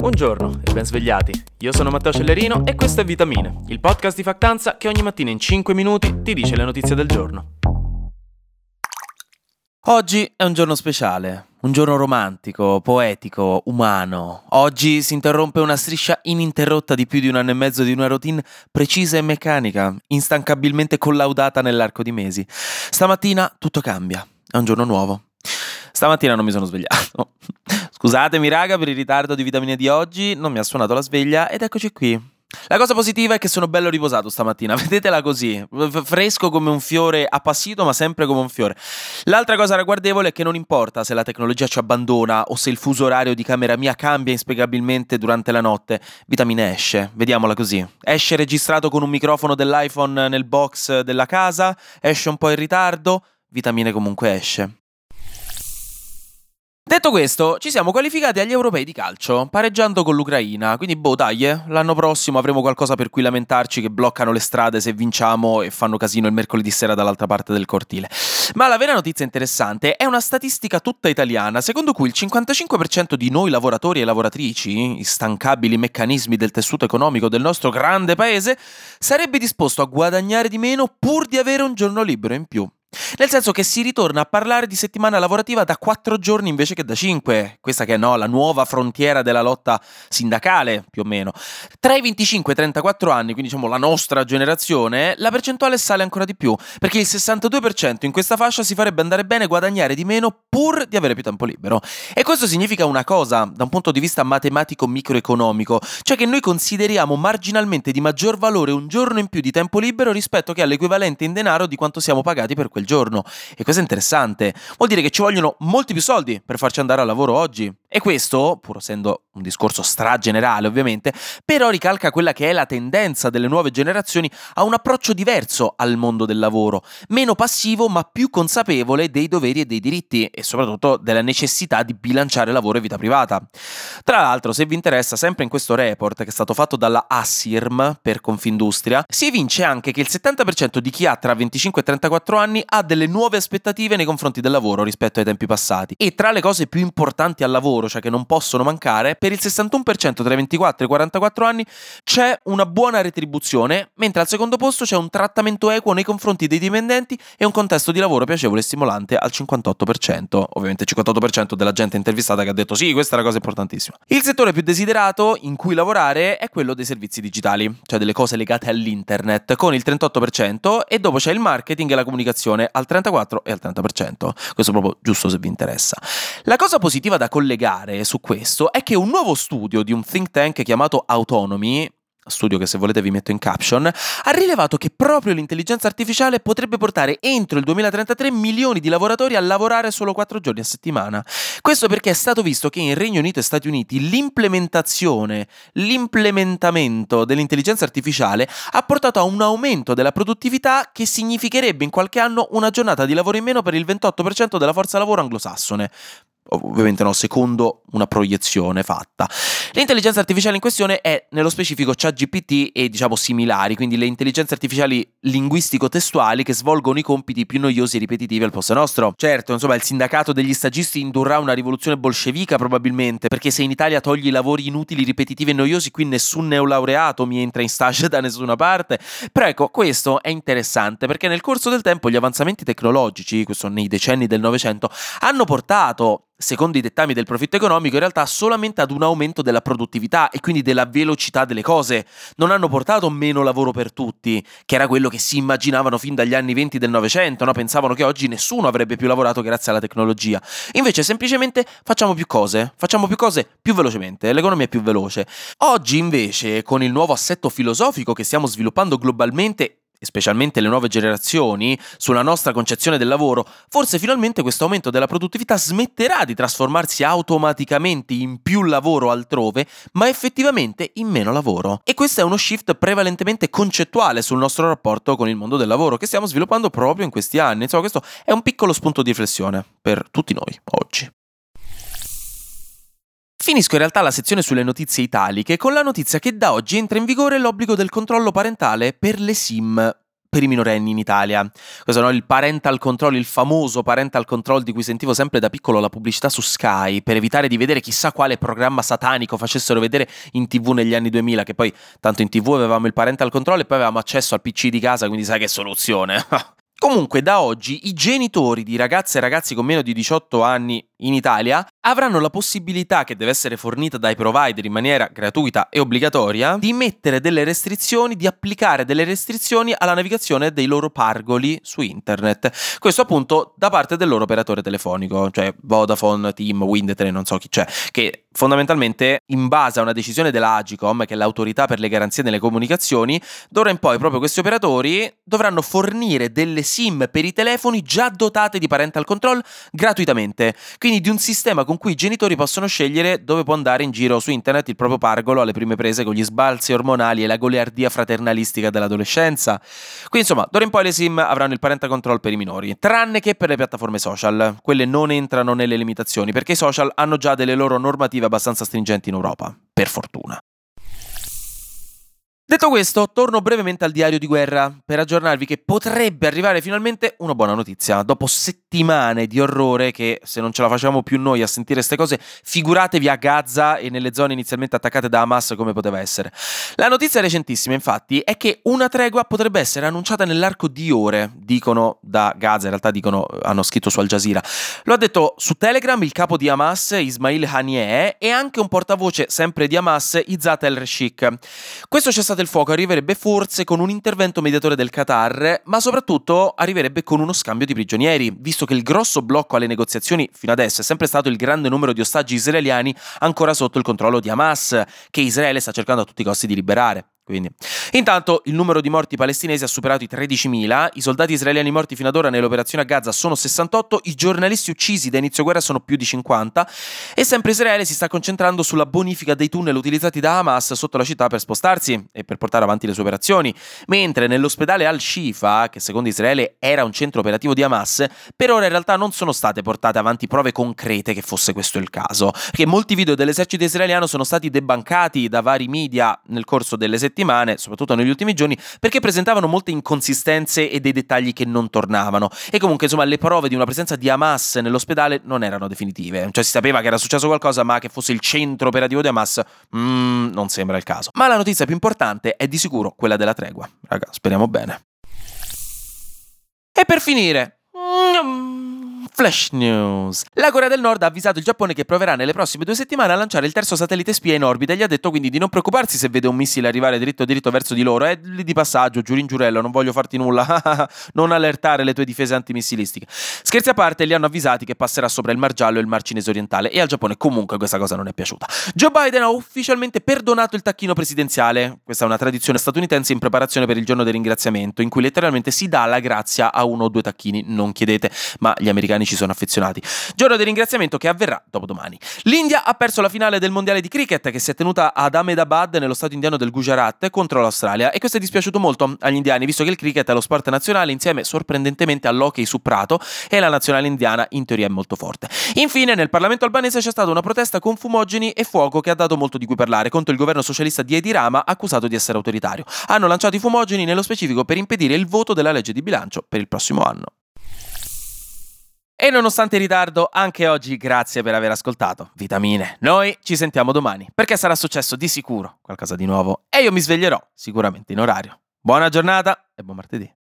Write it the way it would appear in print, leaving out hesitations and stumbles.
Buongiorno e ben svegliati. Io sono Matteo Cellerino e questo è Vitamine, il podcast di Factanza che ogni mattina in 5 minuti ti dice le notizie del giorno. Oggi è un giorno speciale, un giorno romantico, poetico, umano. Oggi si interrompe una striscia ininterrotta di più di un anno e mezzo di una routine precisa e meccanica, instancabilmente collaudata nell'arco di mesi. Stamattina tutto cambia, è un giorno nuovo. Stamattina non mi sono svegliato. Scusatemi raga per il ritardo di Vitamine di oggi, non mi ha suonato la sveglia ed eccoci qui. La cosa positiva è che sono bello riposato stamattina, vedetela così, fresco come un fiore, appassito ma sempre come un fiore. L'altra cosa ragguardevole è che non importa se la tecnologia ci abbandona o se il fuso orario di camera mia cambia inspiegabilmente durante la notte, Vitamine esce, vediamola così. Esce registrato con un microfono dell'iPhone nel box della casa, esce un po' in ritardo, Vitamine comunque esce. Detto questo, ci siamo qualificati agli europei di calcio, pareggiando con l'Ucraina, quindi dai, l'anno prossimo avremo qualcosa per cui lamentarci che bloccano le strade se vinciamo e fanno casino il mercoledì sera dall'altra parte del cortile. Ma la vera notizia interessante è una statistica tutta italiana, secondo cui il 55% di noi lavoratori e lavoratrici, instancabili meccanismi del tessuto economico del nostro grande paese, sarebbe disposto a guadagnare di meno pur di avere un giorno libero in più. Nel senso che si ritorna a parlare di settimana lavorativa da 4 giorni invece che da 5, questa che è la nuova frontiera della lotta sindacale, più o meno. Tra i 25 e i 34 anni, quindi diciamo la nostra generazione, la percentuale sale ancora di più, perché il 62% in questa fascia si farebbe andare bene guadagnare di meno pur di avere più tempo libero. E questo significa una cosa, da un punto di vista matematico microeconomico, cioè che noi consideriamo marginalmente di maggior valore un giorno in più di tempo libero rispetto che all'equivalente in denaro di quanto siamo pagati per quel giorno. E questo è interessante, vuol dire che ci vogliono molti più soldi per farci andare al lavoro oggi. E questo, pur essendo un discorso stragenerale ovviamente, però ricalca quella che è la tendenza delle nuove generazioni a un approccio diverso al mondo del lavoro, meno passivo ma più consapevole dei doveri e dei diritti e soprattutto della necessità di bilanciare lavoro e vita privata. Tra l'altro, se vi interessa, sempre in questo report che è stato fatto dalla Assirm per Confindustria, si evince anche che il 70% di chi ha tra 25 e 34 anni ha delle nuove aspettative nei confronti del lavoro rispetto ai tempi passati. E tra le cose più importanti al lavoro, cioè che non possono mancare, per il 61% tra i 24 e i 44 anni c'è una buona retribuzione, mentre al secondo posto c'è un trattamento equo nei confronti dei dipendenti e un contesto di lavoro piacevole e stimolante al 58%. Ovviamente il 58% della gente intervistata che ha detto sì, questa è la cosa importantissima. Il settore più desiderato in cui lavorare è quello dei servizi digitali, cioè delle cose legate all'internet, con il 38%, e dopo c'è il marketing e la comunicazione al 34% e al 30%. Questo proprio giusto se vi interessa. La cosa positiva da collegare su questo è che un nuovo studio di un think tank chiamato Autonomy, studio che se volete vi metto in caption, ha rilevato che proprio l'intelligenza artificiale potrebbe portare entro il 2033 milioni di lavoratori a lavorare solo 4 giorni a settimana. Questo perché è stato visto che in Regno Unito e Stati Uniti l'implementamento dell'intelligenza artificiale ha portato a un aumento della produttività che significherebbe in qualche anno una giornata di lavoro in meno per il 28% della forza lavoro anglosassone. Ovviamente secondo una proiezione fatta. L'intelligenza artificiale in questione è nello specifico ChatGPT e similari, quindi le intelligenze artificiali linguistico-testuali che svolgono i compiti più noiosi e ripetitivi al posto nostro. Certo, il sindacato degli stagisti indurrà una rivoluzione bolscevica probabilmente, perché se in Italia togli i lavori inutili, ripetitivi e noiosi, qui nessun neolaureato mi entra in stage da nessuna parte. Però ecco, questo è interessante perché nel corso del tempo gli avanzamenti tecnologici, questo nei decenni del Novecento, hanno portato, secondo i dettami del profitto economico, in realtà solamente ad un aumento della produttività e quindi della velocità delle cose. Non hanno portato meno lavoro per tutti, che era quello che si immaginavano fin dagli anni 20 del Novecento, no? Pensavano che oggi nessuno avrebbe più lavorato grazie alla tecnologia. Invece semplicemente facciamo più cose più velocemente, l'economia è più veloce. Oggi invece, con il nuovo assetto filosofico che stiamo sviluppando globalmente, e specialmente le nuove generazioni, sulla nostra concezione del lavoro, forse finalmente questo aumento della produttività smetterà di trasformarsi automaticamente in più lavoro altrove, ma effettivamente in meno lavoro. E questo è uno shift prevalentemente concettuale sul nostro rapporto con il mondo del lavoro che stiamo sviluppando proprio in questi anni. Insomma, questo è un piccolo spunto di riflessione per tutti noi oggi. Finisco in realtà la sezione sulle notizie italiche con la notizia che da oggi entra in vigore l'obbligo del controllo parentale per le SIM. per i minorenni in Italia. Questo, no? Il parental control, il famoso parental control di cui sentivo sempre da piccolo la pubblicità su Sky, per evitare di vedere chissà quale programma satanico facessero vedere in TV negli anni 2000, che poi tanto in TV avevamo il parental control e poi avevamo accesso al PC di casa, quindi sai che soluzione. Comunque da oggi i genitori di ragazze e ragazzi con meno di 18 anni in Italia avranno la possibilità, che deve essere fornita dai provider in maniera gratuita e obbligatoria, di mettere delle restrizioni, di applicare delle restrizioni alla navigazione dei loro pargoli su internet. Questo appunto da parte del loro operatore telefonico, cioè Vodafone, TIM, Wind Tre, non so chi c'è, che fondamentalmente in base a una decisione della Agicom, che è l'autorità per le garanzie nelle comunicazioni, d'ora in poi proprio questi operatori dovranno fornire delle SIM per i telefoni già dotate di parental control gratuitamente, quindi di un sistema con cui i genitori possono scegliere dove può andare in giro su internet il proprio pargolo alle prime prese con gli sbalzi ormonali e la goliardia fraternalistica dell'adolescenza. Quindi insomma, d'ora in poi le SIM avranno il parental control per i minori, tranne che per le piattaforme social. Quelle non entrano nelle limitazioni perché i social hanno già delle loro normative abbastanza stringenti in Europa, per fortuna. Detto questo, torno brevemente al diario di guerra per aggiornarvi che potrebbe arrivare finalmente una buona notizia. Dopo settimane di orrore che, se non ce la facciamo più noi a sentire queste cose, figuratevi a Gaza e nelle zone inizialmente attaccate da Hamas come poteva essere. La notizia recentissima, infatti, è che una tregua potrebbe essere annunciata nell'arco di ore, dicono da Gaza, in realtà hanno scritto su Al Jazeera. Lo ha detto su Telegram il capo di Hamas, Ismail Haniyeh, e anche un portavoce sempre di Hamas, Izzat el-Rashik. Questo cessato il fuoco arriverebbe forse con un intervento mediatore del Qatar, ma soprattutto arriverebbe con uno scambio di prigionieri, visto che il grosso blocco alle negoziazioni fino adesso è sempre stato il grande numero di ostaggi israeliani ancora sotto il controllo di Hamas, che Israele sta cercando a tutti i costi di liberare. Quindi, intanto il numero di morti palestinesi ha superato i 13.000, i soldati israeliani morti fino ad ora nell'operazione a Gaza sono 68, i giornalisti uccisi da inizio guerra sono più di 50 e sempre Israele si sta concentrando sulla bonifica dei tunnel utilizzati da Hamas sotto la città per spostarsi e per portare avanti le sue operazioni, mentre nell'ospedale Al-Shifa, che secondo Israele era un centro operativo di Hamas, per ora in realtà non sono state portate avanti prove concrete che fosse questo il caso, perché molti video dell'esercito israeliano sono stati debunkati da vari media nel corso delle settimane, soprattutto negli ultimi giorni, perché presentavano molte inconsistenze e dei dettagli che non tornavano. E comunque, insomma, le prove di una presenza di Hamas nell'ospedale non erano definitive. Cioè, si sapeva che era successo qualcosa, ma che fosse il centro operativo di Hamas, non sembra il caso. Ma la notizia più importante è di sicuro quella della tregua. Raga, speriamo bene. E per finire, Flash News. La Corea del Nord ha avvisato il Giappone che proverà nelle prossime 2 settimane a lanciare il terzo satellite spia in orbita e gli ha detto quindi di non preoccuparsi se vede un missile arrivare dritto verso di loro. È lì di passaggio, giuro in giurello, non voglio farti nulla. Non allertare le tue difese antimissilistiche. Scherzi a parte, li hanno avvisati che passerà sopra il Mar Giallo e il Mar Cinese orientale e al Giappone comunque questa cosa non è piaciuta. Joe Biden ha ufficialmente perdonato il tacchino presidenziale. Questa è una tradizione statunitense in preparazione per il giorno del ringraziamento, in cui letteralmente si dà la grazia a 1 o 2 tacchini, non chiedete, ma gli americani ci sono affezionati. Giorno del ringraziamento che avverrà dopodomani. L'India ha perso la finale del mondiale di cricket che si è tenuta ad Ahmedabad nello stato indiano del Gujarat contro l'Australia e questo è dispiaciuto molto agli indiani visto che il cricket è lo sport nazionale insieme sorprendentemente all'hockey su prato e la nazionale indiana in teoria è molto forte. Infine nel Parlamento albanese c'è stata una protesta con fumogeni e fuoco che ha dato molto di cui parlare contro il governo socialista di Edi Rama accusato di essere autoritario. Hanno lanciato i fumogeni nello specifico per impedire il voto della legge di bilancio per il prossimo anno. E nonostante il ritardo, anche oggi grazie per aver ascoltato Vitamine. Noi ci sentiamo domani, perché sarà successo di sicuro qualcosa di nuovo e io mi sveglierò sicuramente in orario. Buona giornata e buon martedì.